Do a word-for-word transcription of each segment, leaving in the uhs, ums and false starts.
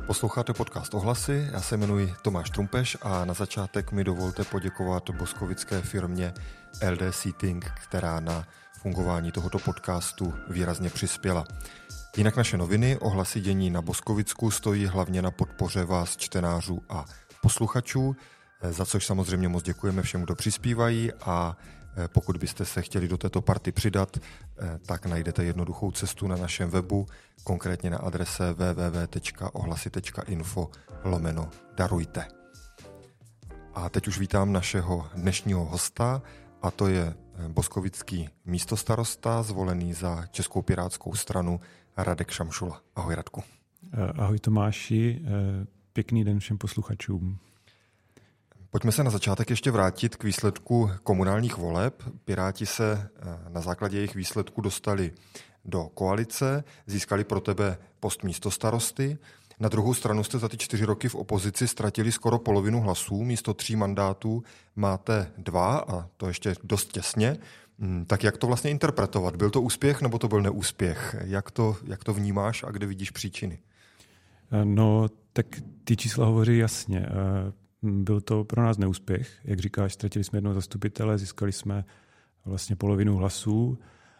Posloucháte podcast Ohlasy, já se jmenuji Tomáš Trumpeš a na začátek mi dovolte poděkovat boskovické firmě L D Seating, která na fungování tohoto podcastu výrazně přispěla. Jinak naše noviny Ohlasy dění na Boskovicku stojí hlavně na podpoře vás, čtenářů a posluchačů, za což samozřejmě moc děkujeme všem, kdo přispívají, a pokud byste se chtěli do této party přidat, tak najdete jednoduchou cestu na našem webu, konkrétně na adrese w w w tečka ohlasy tečka info lomeno darujte. A teď už vítám našeho dnešního hosta, a to je boskovický místostarosta, zvolený za Českou pirátskou stranu, Radek Šamšula. Ahoj, Radku. Ahoj, Tomáši, pěkný den všem posluchačům. Pojďme se na začátek ještě vrátit k výsledku komunálních voleb. Piráti se na základě jejich výsledku dostali do koalice, získali pro tebe post místostarosty. Na druhou stranu jste za ty čtyři roky v opozici ztratili skoro polovinu hlasů, místo tří mandátů máte dva, a to ještě dost těsně. Tak jak to vlastně interpretovat? Byl to úspěch nebo to byl neúspěch? Jak to, jak to vnímáš a kde vidíš příčiny? No, tak ty čísla hovoří jasně. Byl to pro nás neúspěch. Jak říkáš, ztratili jsme jednoho zastupitele, získali jsme vlastně polovinu hlasů.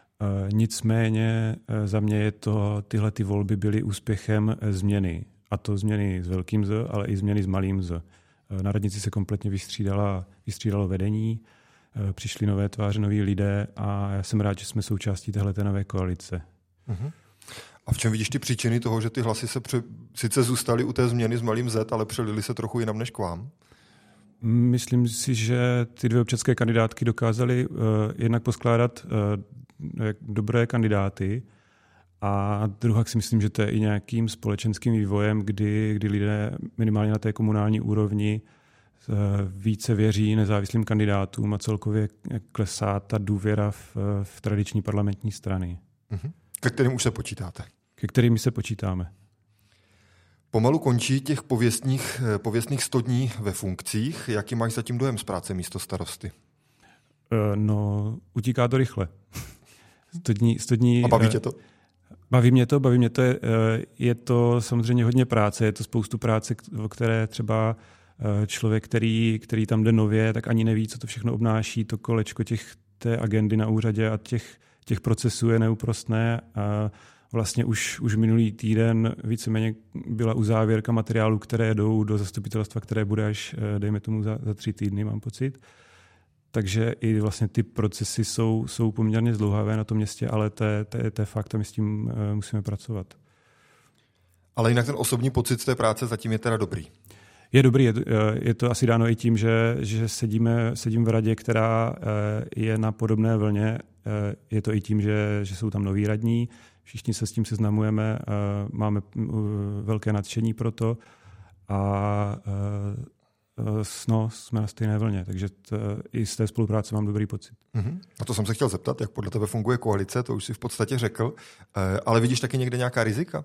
Nicméně za mě je to, tyhle ty volby byly úspěchem změny. A to změny s velkým Z, ale i změny s malým Z. Na radnici se kompletně vystřídala, vystřídalo vedení, přišli nové tváře, noví lidé a já jsem rád, že jsme součástí téhleté nové koalice. Uh-huh. A v čem vidíš ty příčiny toho, že ty hlasy se pře... sice zůstaly u té změny s malým Z, ale přelily se trochu jinam než k vám? Myslím si, že ty dvě občanské kandidátky dokázaly uh, jednak poskládat uh, dobré kandidáty, a druhá si myslím, že to je i nějakým společenským vývojem, kdy, kdy lidé minimálně na té komunální úrovni uh, více věří nezávislým kandidátům a celkově klesá ta důvěra v, v tradiční parlamentní strany. Uh-huh. Ke kterým už se počítáte? Ke kterým se počítáme. Pomalu končí těch pověstných, pověstných sto dní ve funkcích. Jaký máš zatím dojem z práce místostarosty? No, utíká to rychle. sto dní, sto dní, A baví tě to? Baví mě to, baví mě to. Je, je to samozřejmě hodně práce, je to spoustu práce, o které třeba člověk, který, který tam jde nově, tak ani neví, co to všechno obnáší. To kolečko těch, té agendy na úřadě a těch těch procesů je neúprostné. A vlastně už, už minulý týden víceméně byla uzávěrka materiálů, které jdou do zastupitelstva, které bude až, dejme tomu, za, za tři týdny, mám pocit. Takže i vlastně ty procesy jsou, jsou poměrně zdlouhavé na tom městě, ale to je, to je, to je fakt a my s tím musíme pracovat. Ale jinak ten osobní pocit z té práce zatím je teda dobrý. Je dobrý, je, je to asi dáno i tím, že, že sedíme, sedím v radě, která je na podobné vlně. Je to i tím, že, že jsou tam noví radní, všichni se s tím seznamujeme, máme velké nadšení pro to a no, jsme na stejné vlně, takže t, i z té spolupráce mám dobrý pocit. Uh-huh. A to jsem se chtěl zeptat, jak podle tebe funguje koalice, to už si v podstatě řekl, ale vidíš taky někde nějaká rizika?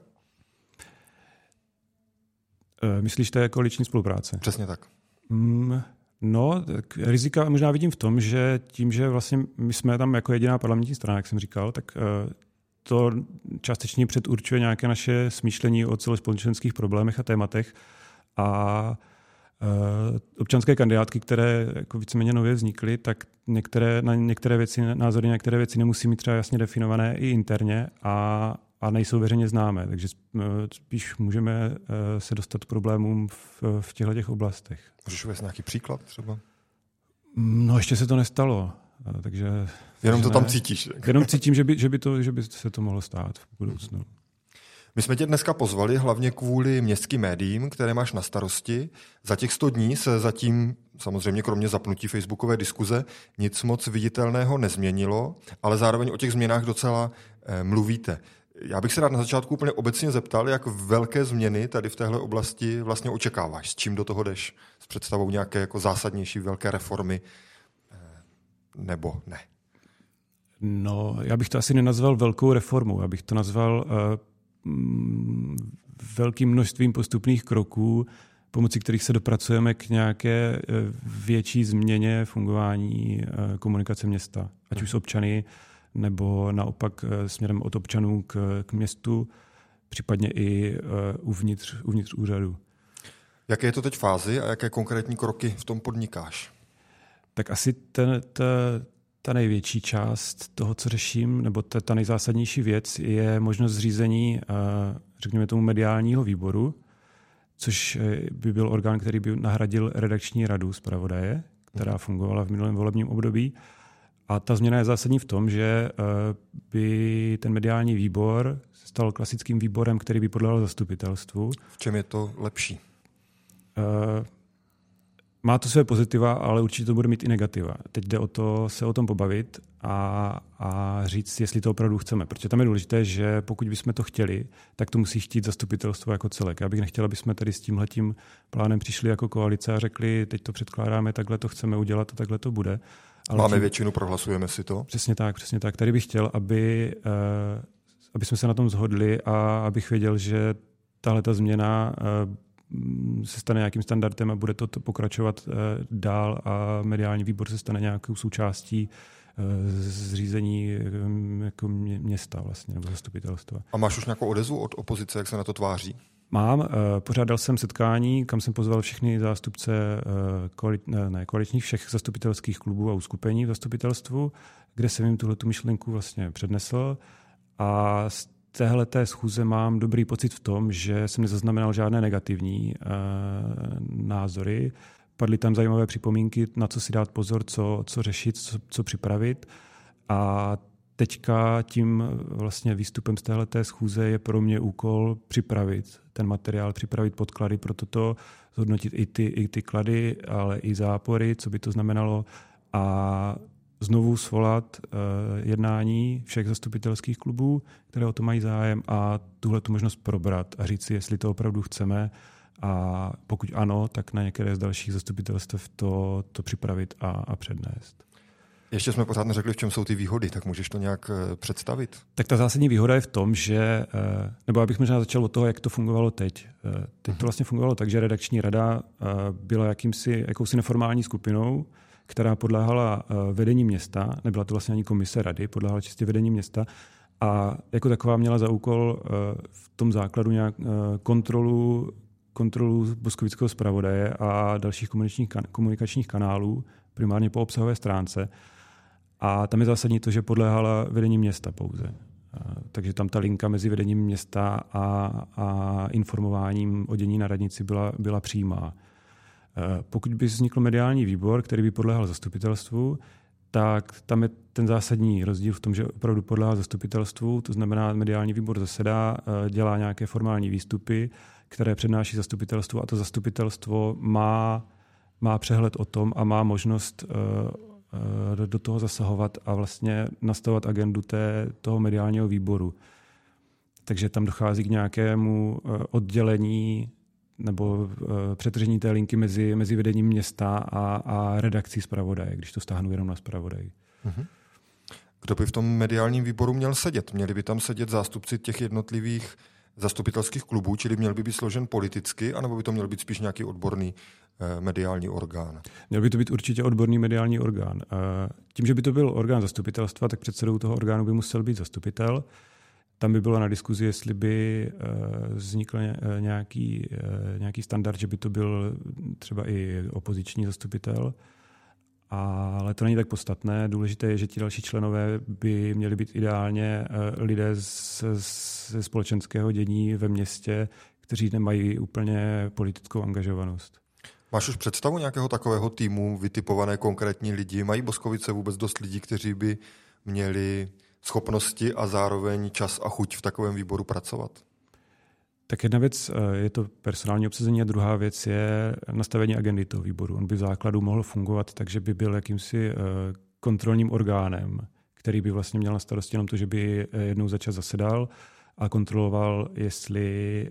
Myslíš, to je koaliční spolupráce? Přesně tak. Mm, no, tak rizika možná vidím v tom, že tím, že vlastně my jsme tam jako jediná parlamentní strana, jak jsem říkal, tak to částečně předurčuje nějaké naše smýšlení o celospolečenských problémech a tématech. A občanské kandidátky, které jako víceméně nově vznikly, tak některé, na některé věci, názory na některé věci nemusí mít třeba jasně definované i interně a a nejsou veřejně známé, takže spíš můžeme se dostat k problémům v, v těchto těch oblastech. Můžeš uvést nějaký příklad třeba? No, ještě se to nestalo, takže... Jenom to ne, tam cítíš. Tak. Jenom cítím, že by, že, by to, že by se to mohlo stát v budoucnu. My jsme tě dneska pozvali hlavně kvůli městským médiím, které máš na starosti. Za těch sto dní se zatím, samozřejmě kromě zapnutí facebookové diskuze, nic moc viditelného nezměnilo, ale zároveň o těch změnách docela eh, mluvíte. Já bych se rád na začátku úplně obecně zeptal, jak velké změny tady v téhle oblasti vlastně očekáváš, s čím do toho jdeš, s představou nějaké jako zásadnější velké reformy, nebo ne? No, já bych to asi nenazval velkou reformou, já bych to nazval uh, velkým množstvím postupných kroků, pomocí kterých se dopracujeme k nějaké uh, větší změně fungování uh, komunikace města, ať už s občany, nebo naopak uh, směrem od občanů k, k městu. případně i uvnitř, uvnitř úřadu. Jaké je to teď fázi a jaké konkrétní kroky v tom podnikáš? Tak asi ten, ta, ta největší část toho, co řeším, nebo ta, ta nejzásadnější věc je možnost zřízení, řekněme tomu, mediálního výboru, což by byl orgán, který by nahradil redakční radu zpravodaje, která fungovala v minulém volebním období. A ta změna je zásadní v tom, že by ten mediální výbor stal klasickým výborem, který by podléhal zastupitelstvu. V čem je to lepší? Uh, má to své pozitiva, ale určitě to bude mít i negativa. Teď jde o to se o tom pobavit a, a říct, jestli to opravdu chceme. Protože tam je důležité, že pokud bychom to chtěli, tak to musí chtít zastupitelstvo jako celek. Já bych nechtěla, aby jsme tady s tímhletím plánem přišli jako koalice a řekli, teď to předkládáme, takhle to chceme udělat a takhle to bude. Ale Máme tím, většinu, prohlasujeme si to? Přesně tak, přesně tak. Tady bych chtěl, aby, uh, aby jsme se na tom shodli a abych věděl, že tahle ta změna uh, se stane nějakým standardem a bude to, to pokračovat uh, dál a mediální výbor se stane nějakou součástí uh, zřízení um, jako mě, města vlastně, nebo zastupitelstva. A máš už nějakou odezvu od opozice, jak se na to tváří? Mám. Uh, pořádal jsem setkání, kam jsem pozval všechny zástupce uh, koali, ne, koaličních všech zastupitelských klubů a uskupení v zastupitelstvu, kde jsem jim tuhletu myšlenku vlastně přednesl. A z téhleté schůze mám dobrý pocit v tom, že jsem nezaznamenal žádné negativní uh, názory. Padly tam zajímavé připomínky, na co si dát pozor, co, co řešit, co, co připravit. A teďka tím vlastně výstupem z téhleté schůze je pro mě úkol připravit ten materiál, připravit podklady pro toto, zhodnotit i ty, i ty klady, ale i zápory, co by to znamenalo, a znovu svolat uh, jednání všech zastupitelských klubů, které o to mají zájem, a tuhle tu možnost probrat a říct si, jestli to opravdu chceme, a pokud ano, tak na některé z dalších zastupitelstv to, to připravit a, a přednést. Ještě jsme pořád neřekli, v čem jsou ty výhody, tak můžeš to nějak představit? Tak ta zásadní výhoda je v tom, že, nebo abych možná začal od toho, jak to fungovalo teď. Teď to vlastně fungovalo tak, že redakční rada byla jakýmsi, jakousi neformální skupinou, která podléhala vedení města, nebyla to vlastně ani komise rady, podléhala čistě vedení města, a jako taková měla za úkol v tom základu nějak kontrolu, kontrolu boskovického zpravodaje a dalších komunikačních kanálů, primárně po obsahové stránce. A tam je zásadní to, že podléhala vedení města pouze. Takže tam ta linka mezi vedením města a, a informováním o dění na radnici byla, byla přímá. Pokud by vznikl mediální výbor, který by podléhal zastupitelstvu, tak tam je ten zásadní rozdíl v tom, že opravdu podléhá zastupitelstvu, to znamená, mediální výbor zasedá, dělá nějaké formální výstupy, které přednáší zastupitelstvu, a to zastupitelstvo má, má přehled o tom a má možnost uh, do toho zasahovat a vlastně nastavovat agendu té, toho mediálního výboru. Takže tam dochází k nějakému uh, oddělení nebo uh, přetržení té linky mezi, mezi vedením města a, a redakcí zpravodaje, když to stáhnu jenom na zpravodaj. Mm-hmm. Kdo by v tom mediálním výboru měl sedět? Měli by tam sedět zástupci těch jednotlivých zastupitelských klubů, čili měl by být složen politicky, anebo by to měl být spíš nějaký odborný eh, mediální orgán? Měl by to být určitě odborný mediální orgán. Tím, že by to byl orgán zastupitelstva, tak předsedou toho orgánu by musel být zastupitel. Tam by bylo na diskuzi, jestli by vznikl nějaký, nějaký standard, že by to byl třeba i opoziční zastupitel. Ale to není tak podstatné. Důležité je, že ti další členové by měli být ideálně lidé ze společenského dění ve městě, kteří nemají úplně politickou angažovanost. Máš už představu nějakého takového týmu, vytipované konkrétní lidi? Mají Boskovice vůbec dost lidí, kteří by měli schopnosti a zároveň čas a chuť v takovém výboru pracovat? Tak jedna věc je to personální obsazení a druhá věc je nastavení agendy toho výboru. On by v základu mohl fungovat tak, že by byl jakýmsi kontrolním orgánem, který by vlastně měl na starosti jenom to, že by jednou za čas zasedal a kontroloval, jestli,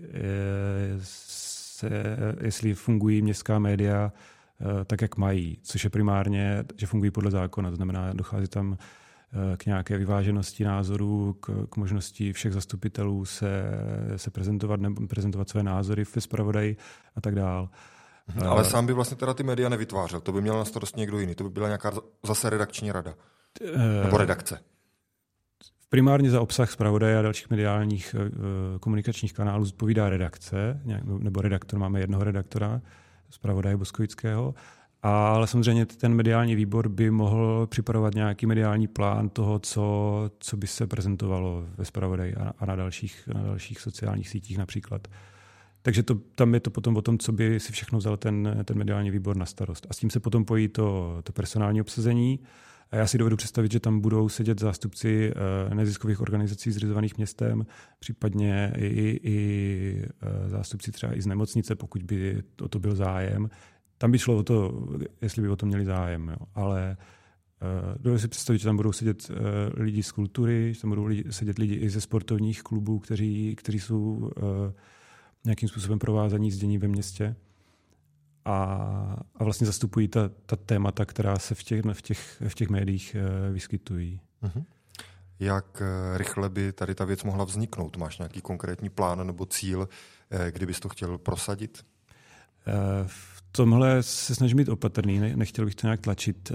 se, jestli fungují městská média tak, jak mají, což je primárně, že fungují podle zákona. To znamená, dochází tam k nějaké vyváženosti názorů, k, k možnosti všech zastupitelů se, se prezentovat nebo prezentovat své názory ve zpravodaji a tak dál. Ale sám by vlastně teda ty média nevytvářel, to by měl na starost někdo jiný, to by byla nějaká zase redakční rada nebo redakce. Primárně za obsah zpravodaje a dalších mediálních komunikačních kanálů zodpovídá redakce, nebo redaktor, máme jednoho redaktora, zpravodaje Boskovického, ale samozřejmě ten mediální výbor by mohl připravovat nějaký mediální plán toho, co, co by se prezentovalo ve zpravodaji a, a na, dalších, na dalších sociálních sítích například. Takže to, tam je to potom o tom, co by si všechno vzal ten, ten mediální výbor na starost. A s tím se potom pojí to, to personální obsazení. A já si dovedu představit, že tam budou sedět zástupci uh, neziskových organizací zřizovaných městem, případně i, i, i uh, zástupci třeba i z nemocnice, pokud by o to byl zájem. Tam by šlo o to, jestli by o to měli zájem. Jo. Ale uh, dovedu si představit, že tam budou sedět uh, lidi z kultury, že tam budou lidi, sedět lidi i ze sportovních klubů, kteří, kteří jsou uh, nějakým způsobem provázaní s dění ve městě. A, a vlastně zastupují ta, ta témata, která se v těch, v těch, v těch médiích uh, vyskytují. Uh-huh. Jak uh, rychle by tady ta věc mohla vzniknout? Máš nějaký konkrétní plán nebo cíl, uh, kdybys to chtěl prosadit? Uh, v tomhle se snažím být opatrný, ne, nechtěl bych to nějak tlačit, uh,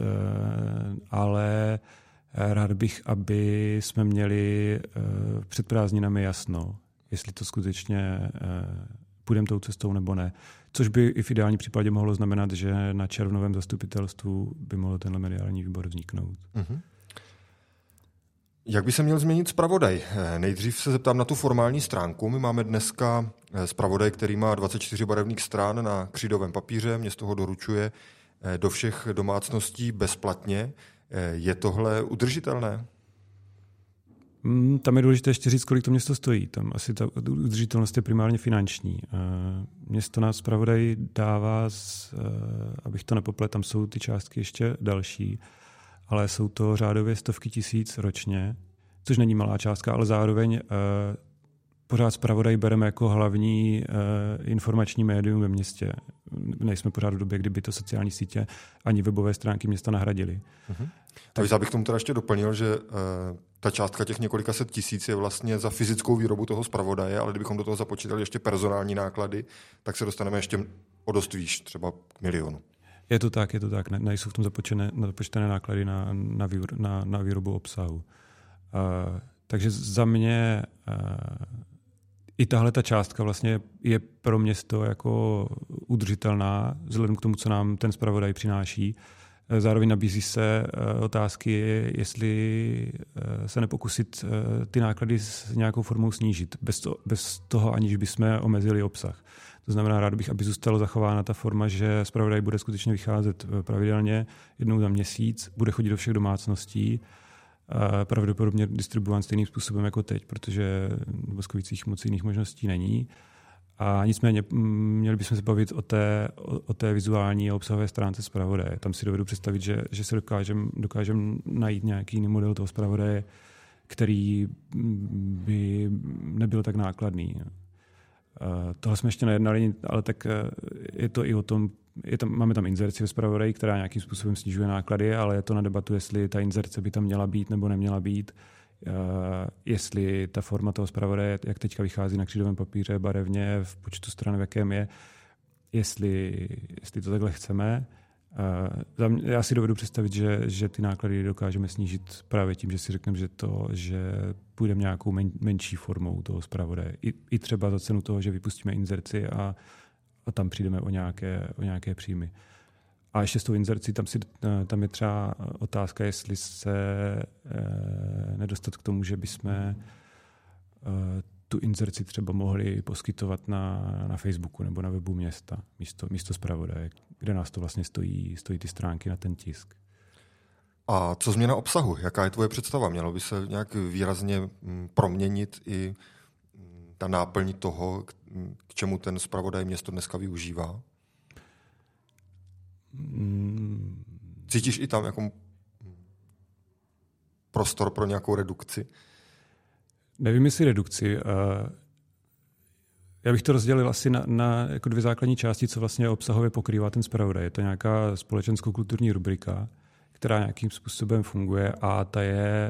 ale rád bych, aby jsme měli uh, před prázdninami jasno, jestli to skutečně uh, půjdeme tou cestou nebo ne. Což by i v ideálním případě mohlo znamenat, že na červnovém zastupitelstvu by mohl tenhle mediální výbor vzniknout. Uh-huh. Jak by se měl změnit zpravodaj? Nejdřív se zeptám na tu formální stránku. My máme dneska zpravodaj, který má dvacet čtyři barevných stran na křídovém papíře. Město ho doručuje do všech domácností bezplatně. Je tohle udržitelné? Tam je důležité ještě říct, kolik to město stojí. Tam asi ta udržitelnost je primárně finanční. Město nás zpravodaj dává, z, abych to nepopletl, tam jsou ty částky ještě další, ale jsou to řádově stovky tisíc ročně, což není malá částka, ale zároveň pořád zpravodaj bereme jako hlavní informační médium ve městě. Nejsme pořád v době, kdyby to sociální sítě ani webové stránky města nahradily. Mhm. Takže já bych tomu teda ještě doplnil, že uh, ta částka těch několika set tisíc je vlastně za fyzickou výrobu toho zpravodaje, ale kdybychom do toho započítali ještě personální náklady, tak se dostaneme ještě o dost výš, třeba k milionu. Je to tak, je to tak. Ne, nejsou v tom započtené, započtené náklady na, na, výr, na, na výrobu obsahu. Uh, takže za mě uh, i tahle ta částka vlastně je pro město jako udržitelná, vzhledem k tomu, co nám ten zpravodaj přináší. Zároveň nabízí se otázky, jestli se nepokusit ty náklady s nějakou formou snížit, bez toho, bez toho aniž bychom omezili obsah. To znamená, rád bych, aby zůstala zachována ta forma, že zpravodaj bude skutečně vycházet pravidelně jednou za měsíc, bude chodit do všech domácností, pravděpodobně distribuován stejným způsobem jako teď, protože v Boskovicích moc jiných možností není. A nicméně měli bychom se bavit o té, o, o té vizuální a obsahové stránce zpravodaje. Tam si dovedu představit, že, že se dokážeme dokážem najít nějaký jiný model toho zpravodaje, který by nebyl tak nákladný. Tohle jsme ještě nejednali, ale tak je to i o tom, je tam, máme tam inzerci ve zpravodaji, která nějakým způsobem snižuje náklady, ale je to na debatu, jestli ta inzerce by tam měla být nebo neměla být. Uh, jestli ta forma toho zpravodaje, jak teďka vychází na křídovém papíře, barevně, v počtu stran, v jakém je, jestli, jestli to takhle chceme. Uh, já si dovedu představit, že, že ty náklady dokážeme snížit právě tím, že si řekneme, že, to, že půjdeme nějakou men, menší formou toho zpravodaje. I, I třeba za cenu toho, že vypustíme inzerci a, a tam přijdeme o nějaké, o nějaké příjmy. A ještě s tou inzercí, tam, si, tam je třeba otázka, jestli se e, nedostat k tomu, že bychom e, tu inzerci třeba mohli poskytovat na, na Facebooku nebo na webu města, místo, místo zpravodaje, kde nás to vlastně stojí, stojí ty stránky na ten tisk. A co změna obsahu? Jaká je tvoje představa? Mělo by se nějak výrazně proměnit i ta náplň toho, k čemu ten zpravodaj město dneska využívá? Cítíš i tam jako prostor pro nějakou redukci? Nevím, jestli redukci. Já bych to rozdělil asi na, na jako dvě základní části, co vlastně obsahově pokrývá ten zpravodaj. Je to nějaká společensko-kulturní rubrika, která nějakým způsobem funguje a ta je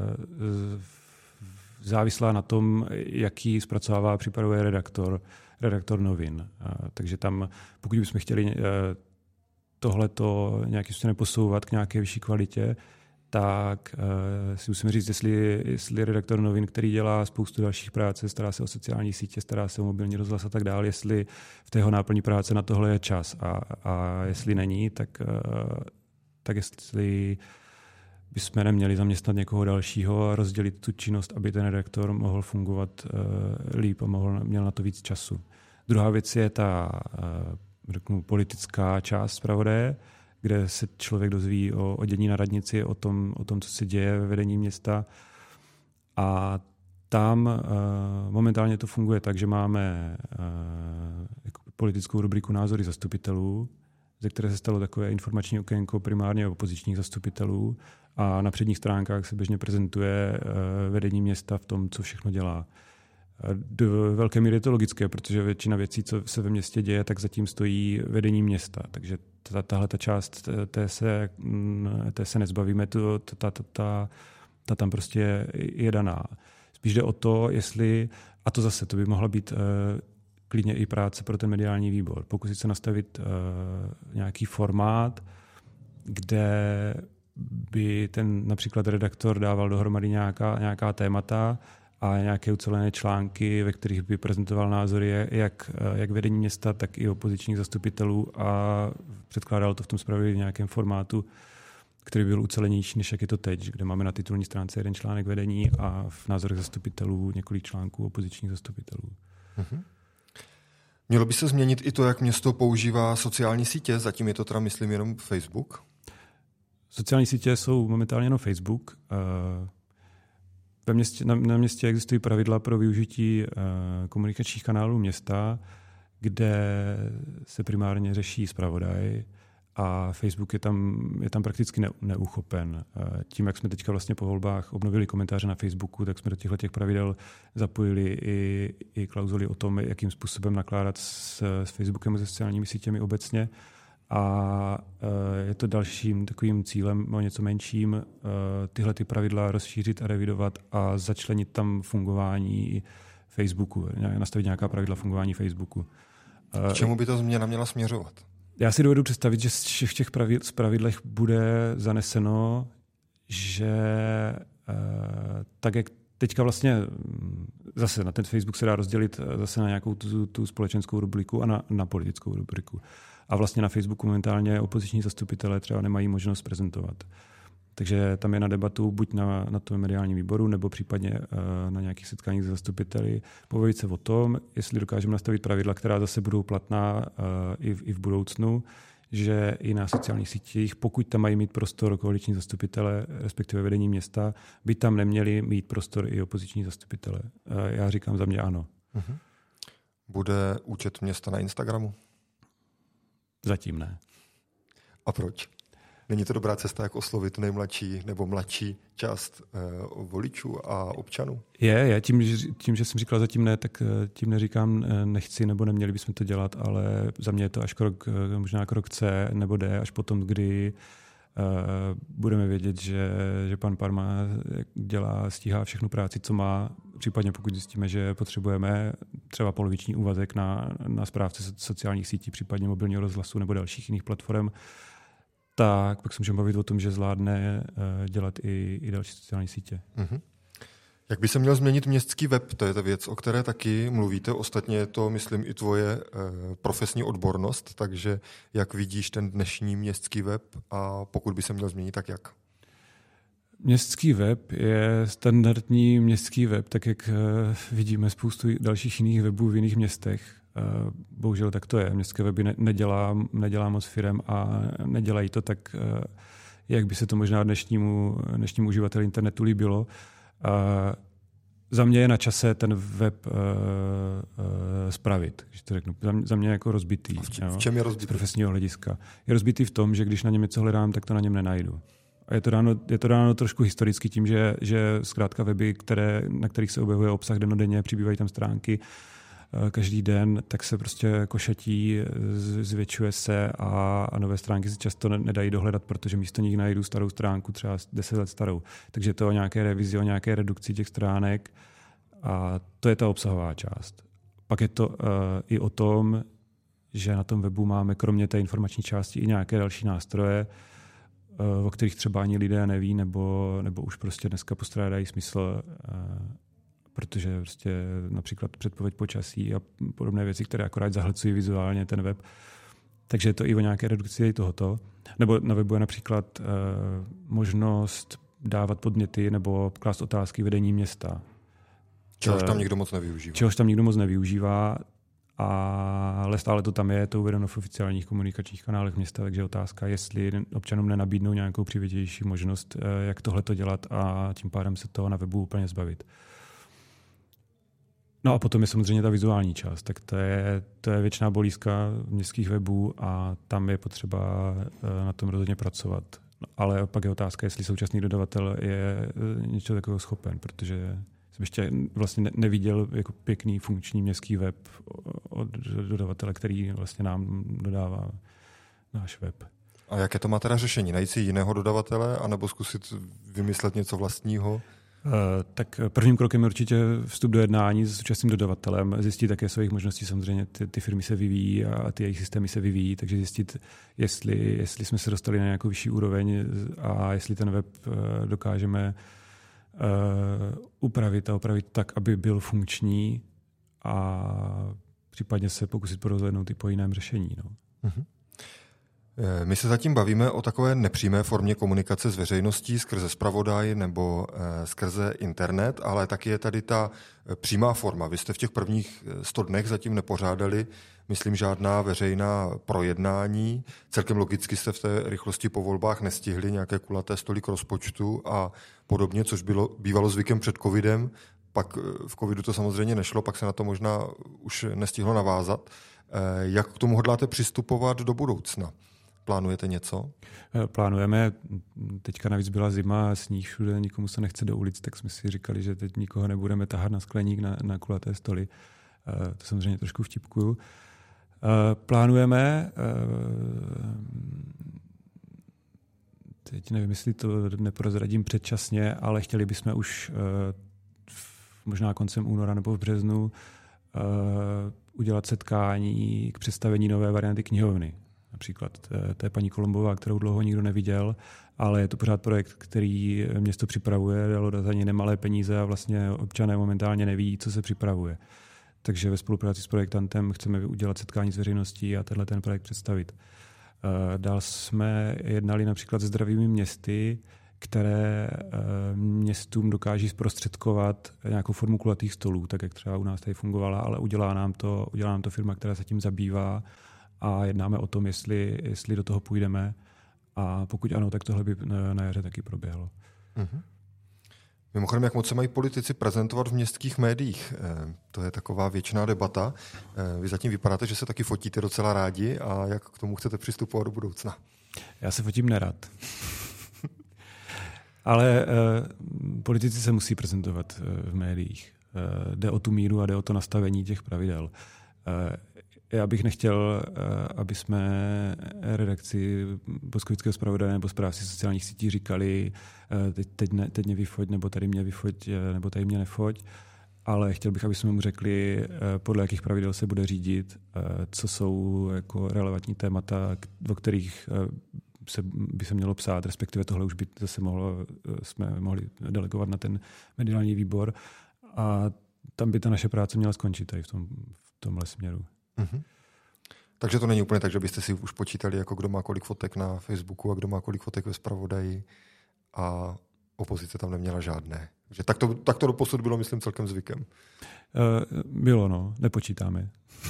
závislá na tom, jaký zpracovává a připravuje redaktor, redaktor novin. Takže tam, pokud bychom chtěli tohleto nějakým způsobem posouvat k nějaké vyšší kvalitě, tak uh, si musíme říct, jestli, jestli redaktor novin, který dělá spoustu dalších práce, stará se o sociální sítě, stará se o mobilní rozhlas a tak dále, jestli v té jeho náplní práce na tohle je čas. A, a jestli není, tak, uh, tak jestli bychom neměli zaměstnat někoho dalšího a rozdělit tu činnost, aby ten redaktor mohl fungovat uh, líp a mohl, měl na to víc času. Druhá věc je ta uh, řeknu, politická část zpravodaje, kde se člověk dozví o, o dění na radnici, o tom, o tom, co se děje ve vedení města. A tam uh, momentálně to funguje tak, že máme uh, jako politickou rubriku názory zastupitelů, ze které se stalo takové informační okénko primárně opozičních zastupitelů a na předních stránkách se běžně prezentuje uh, vedení města v tom, co všechno dělá. Do velké míry je to logické, protože většina věcí, co se ve městě děje, tak zatím stojí vedení města. Takže tahle ta část, té se, té se nezbavíme, to, ta, ta, ta, ta tam prostě je daná. Spíš jde o to, jestli, a to zase, to by mohla být uh, klidně i práce pro ten mediální výbor. Pokusit se nastavit uh, nějaký formát, kde by ten například redaktor dával dohromady nějaká, nějaká témata a nějaké ucelené články, ve kterých by prezentoval názory jak, jak vedení města, tak i opozičních zastupitelů a předkládal to v tom zprávě v nějakém formátu, který byl ucelenější, než jak je to teď, kde máme na titulní stránce jeden článek vedení a v názorech zastupitelů několik článků opozičních zastupitelů. Mm-hmm. Mělo by se změnit i to, jak město používá sociální sítě, zatím je to teda, myslím, jenom Facebook? Sociální sítě jsou momentálně jenom Facebook. Ve městě, na, na městě existují pravidla pro využití uh, komunikačních kanálů města, kde se primárně řeší zpravodaj a Facebook je tam, je tam prakticky ne, neuchopen. Uh, tím, jak jsme teďka vlastně po volbách obnovili komentáře na Facebooku, tak jsme do těchto těch pravidel zapojili i, i klauzuly o tom, jakým způsobem nakládat s, s Facebookem a se sociálními sítěmi obecně. A je to dalším takovým cílem, o něco menším, tyhle ty pravidla rozšířit a revidovat a začlenit tam fungování Facebooku, nastavit nějaká pravidla fungování Facebooku. K čemu by ta změna měla směřovat? Já si dovedu představit, že v těch pravidlech bude zaneseno, že tak, jak teďka vlastně zase na ten Facebook se dá rozdělit zase na nějakou tu, tu společenskou rubriku a na, na politickou rubriku. A vlastně na Facebooku momentálně opoziční zastupitelé třeba nemají možnost prezentovat. Takže tam je na debatu buď na, na tom mediálním výboru, nebo případně uh, na nějakých setkáních s zastupiteli. Pobavit se o tom, jestli dokážeme nastavit pravidla, která zase budou platná uh, i, v, i v budoucnu, že i na sociálních sítích, pokud tam mají mít prostor koaliční zastupitele, respektive vedení města, by tam neměli mít prostor i opoziční zastupitele. Uh, já říkám za mě ano. Uh-huh. Bude účet města na Instagramu? Zatím ne. A proč? Není to dobrá cesta, jak oslovit nejmladší nebo mladší část eh, voličů a občanů? Je, je. Tím, tím, že jsem říkal zatím ne, tak tím neříkám nechci nebo neměli bychom to dělat, ale za mě je to až krok, možná krok C nebo D, až potom, kdy uh, budeme vědět, že, že pan Parma dělá, stíhá všechnu práci, co má, případně pokud zjistíme, že potřebujeme třeba poloviční úvazek na, na správce sociálních sítí, případně mobilního rozhlasu nebo dalších jiných platform, tak pak se můžeme bavit o tom, že zvládne uh, dělat i, i další sociální sítě. Mm-hmm. Jak by se měl změnit městský web? To je ta věc, o které taky mluvíte. Ostatně je to, myslím, i tvoje eh, profesní odbornost, takže jak vidíš ten dnešní městský web a pokud by se měl změnit, tak jak? Městský web je standardní městský web, tak jak eh, vidíme spoustu dalších jiných webů v jiných městech. Eh, bohužel tak to je. Městské weby ne- nedělá, nedělá moc firem a nedělají to tak, eh, jak by se to možná dnešnímu, dnešnímu uživateli internetu líbilo. Uh, za mě je na čase ten web uh, uh, spravit, když to řeknu. Za mě, za mě jako rozbitý. V, č- v čem je rozbitý? Z profesního hlediska. Je rozbitý v tom, že když na něm něco hledám, tak to na něm nenajdu. A je to dáno, je to dáno trošku historicky tím, že, že zkrátka weby, které, na kterých se objevuje obsah dennodenně, přibývají tam stránky uh, každý den, tak se prostě košatí, zvětšuje se a, a nové stránky se často nedají dohledat, protože místo nich najdu starou stránku, třeba deset let starou. Takže to o nějaké revizi, o nějaké redukci těch stránek a to je ta obsahová část. Pak je to uh, i o tom, že na tom webu máme kromě té informační části i nějaké další nástroje, o kterých třeba ani lidé neví, nebo, nebo už prostě dneska postrádají smysl, protože prostě například předpověď počasí a podobné věci, které akorát zahlcují vizuálně ten web. Takže je to i o nějaké redukci tohoto. Nebo na webu je například uh, možnost dávat podněty nebo klást otázky vedení města. Čehož tam nikdo moc nevyužívá. Čehož tam nikdo moc nevyužívá, ale stále to tam je, je to uvedeno v oficiálních komunikačních kanálech města, takže otázka, jestli občanům nenabídnou nějakou přivědější možnost, jak tohle to dělat a tím pádem se toho na webu úplně zbavit. No a potom je samozřejmě ta vizuální část, tak to je, to je věčná bolízka městských webů a tam je potřeba na tom rozhodně pracovat. Ale pak je otázka, jestli současný dodavatel je něco takového schopen, protože jsem ještě vlastně neviděl jako pěkný funkční městský web od dodavatele, který vlastně nám dodává náš web. A jaké to má teda řešení? Najít si jiného dodavatele anebo zkusit vymyslet něco vlastního? Uh, tak prvním krokem je určitě vstup do jednání s současným dodavatelem, zjistit, jaké jsou jejich možnosti. Samozřejmě ty, ty firmy se vyvíjí a ty jejich systémy se vyvíjí, takže zjistit, jestli, jestli jsme se dostali na nějakou vyšší úroveň a jestli ten web uh, dokážeme uh, upravit a opravit tak, aby byl funkční a případně se pokusit porozhlédnout i po jiném řešení. No. Mm-hmm. My se zatím bavíme o takové nepřímé formě komunikace s veřejností skrze zpravodaj nebo e, skrze internet, ale taky je tady ta přímá forma. Vy jste v těch prvních sto dnech zatím nepořádali, myslím, žádná veřejná projednání. Celkem logicky jste v té rychlosti po volbách nestihli nějaké kulaté stoly k rozpočtu a podobně, což bylo, bývalo zvykem před covidem. Pak v covidu to samozřejmě nešlo, pak se na to možná už nestihlo navázat. E, jak k tomu hodláte přistupovat do budoucna? Plánujete něco? Plánujeme. Teďka navíc byla zima, sníh všude, nikomu se nechce do ulic, tak jsme si říkali, že teď nikoho nebudeme tahat na skleník, na, na kulaté stoly. To samozřejmě trošku vtipkuju. Plánujeme, teď nevím, jestli to neprozradím předčasně, ale chtěli bychom už možná koncem února nebo v březnu udělat setkání k představení nové varianty knihovny. Například to je paní Kolombová, kterou dlouho nikdo neviděl, ale je to pořád projekt, který město připravuje, dalo za ně nemalé peníze a vlastně občané momentálně neví, co se připravuje. Takže ve spolupráci s projektantem chceme udělat setkání s veřejností a tenhle ten projekt představit. Dál jsme jednali například se zdravými městy, které městům dokáží zprostředkovat nějakou formu kulatých stolů, tak jak třeba u nás tady fungovala, ale udělá nám to, udělá nám to firma, která se tím zabývá a jednáme o tom, jestli, jestli do toho půjdeme a pokud ano, tak tohle by na jaře taky proběhlo. Mm-hmm. Mimochodem, jak moc se mají politici prezentovat v městských médiích? E, to je taková věčná debata. E, vy zatím vypadáte, že se taky fotíte docela rádi a jak k tomu chcete přistupovat do budoucna? Já se fotím nerad. Ale e, politici se musí prezentovat e, v médiích. E, jde o tu míru a jde o to nastavení těch pravidel. E, Já bych nechtěl, aby jsme redakci Boskovického zpravodaje nebo správci sociálních sítí říkali teď, teď, ne, teď mě vyfoť, nebo tady mě vyfoť, nebo tady mě nefoť, ale chtěl bych, aby jsme mu řekli, podle jakých pravidel se bude řídit, co jsou jako relevantní témata, o kterých se, by se mělo psát, respektive tohle už by zase mohlo, jsme mohli delegovat na ten mediální výbor a tam by ta naše práce měla skončit tady v, tom, v tomhle směru. Mm-hmm. Takže to není úplně tak, že byste si už počítali, jako kdo má kolik fotek na Facebooku a kdo má kolik fotek ve zpravodaji a opozice tam neměla žádné. Že tak to, tak to doposud bylo, myslím, celkem zvykem. Uh, bylo, no. Nepočítáme.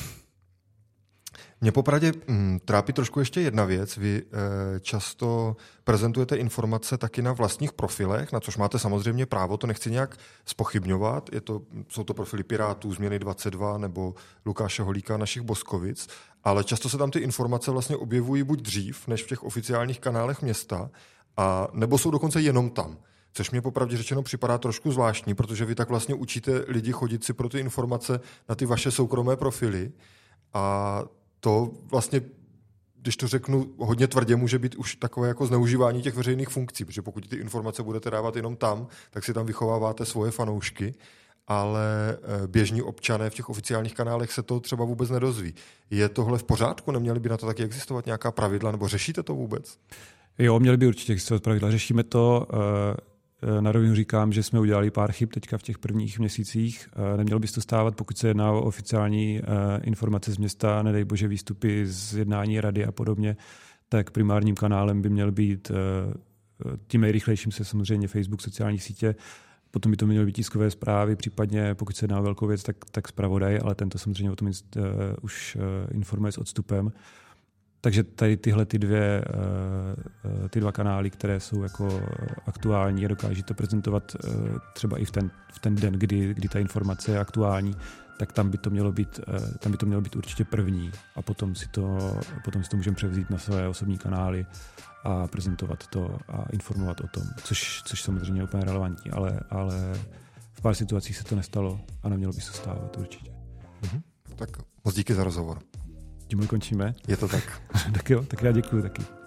Mě popravdě m, trápí trošku ještě jedna věc. Vy e, často prezentujete informace taky na vlastních profilech, na což máte samozřejmě právo, to nechci nějak zpochybňovat. Je to, jsou to profily Pirátů, Změny dvacet dva nebo Lukáše Holíka, našich Boskovic, ale často se tam ty informace vlastně objevují buď dřív, než v těch oficiálních kanálech města, a nebo jsou dokonce jenom tam. Což mě popravdě řečeno připadá trošku zvláštní, protože vy tak vlastně učíte lidi chodit si pro ty informace na ty vaše soukromé profily a to vlastně, když to řeknu hodně tvrdě, může být už takové jako zneužívání těch veřejných funkcí, protože pokud ty informace budete dávat jenom tam, tak si tam vychováváte svoje fanoušky, ale běžní občané v těch oficiálních kanálech se to třeba vůbec nedozví. Je tohle v pořádku? Neměly by na to taky existovat nějaká pravidla, nebo řešíte to vůbec? Jo, měli by určitě existovat pravidla. Řešíme to. Na rovinu říkám, že jsme udělali pár chyb teďka v těch prvních měsících. Nemělo by se to stávat, pokud se jedná o oficiální informace z města, nedej bože výstupy z jednání rady a podobně, tak primárním kanálem by měl být tím nejrychlejším se samozřejmě Facebook, sociální sítě. Potom by to měly být tiskové zprávy, případně pokud se jedná o velkou věc, tak, tak zpravodaj, ale tento samozřejmě o tom uh, už uh, informuje s odstupem. Takže tady tyhle ty, dvě, uh, ty dva kanály, které jsou jako aktuální a dokáží to prezentovat uh, třeba i v ten, v ten den, kdy, kdy ta informace je aktuální, tak tam by to mělo být, uh, tam by to mělo být určitě první a potom si to, potom si to můžeme převzít na své osobní kanály a prezentovat to a informovat o tom, což, což samozřejmě je úplně relevantní, ale, ale v pár situacích se to nestalo a nemělo by se stávat určitě. Mm-hmm. Tak moc díky za rozhovor. Tím končíme. Je to tak. Tak jo, tak já děkuju taky.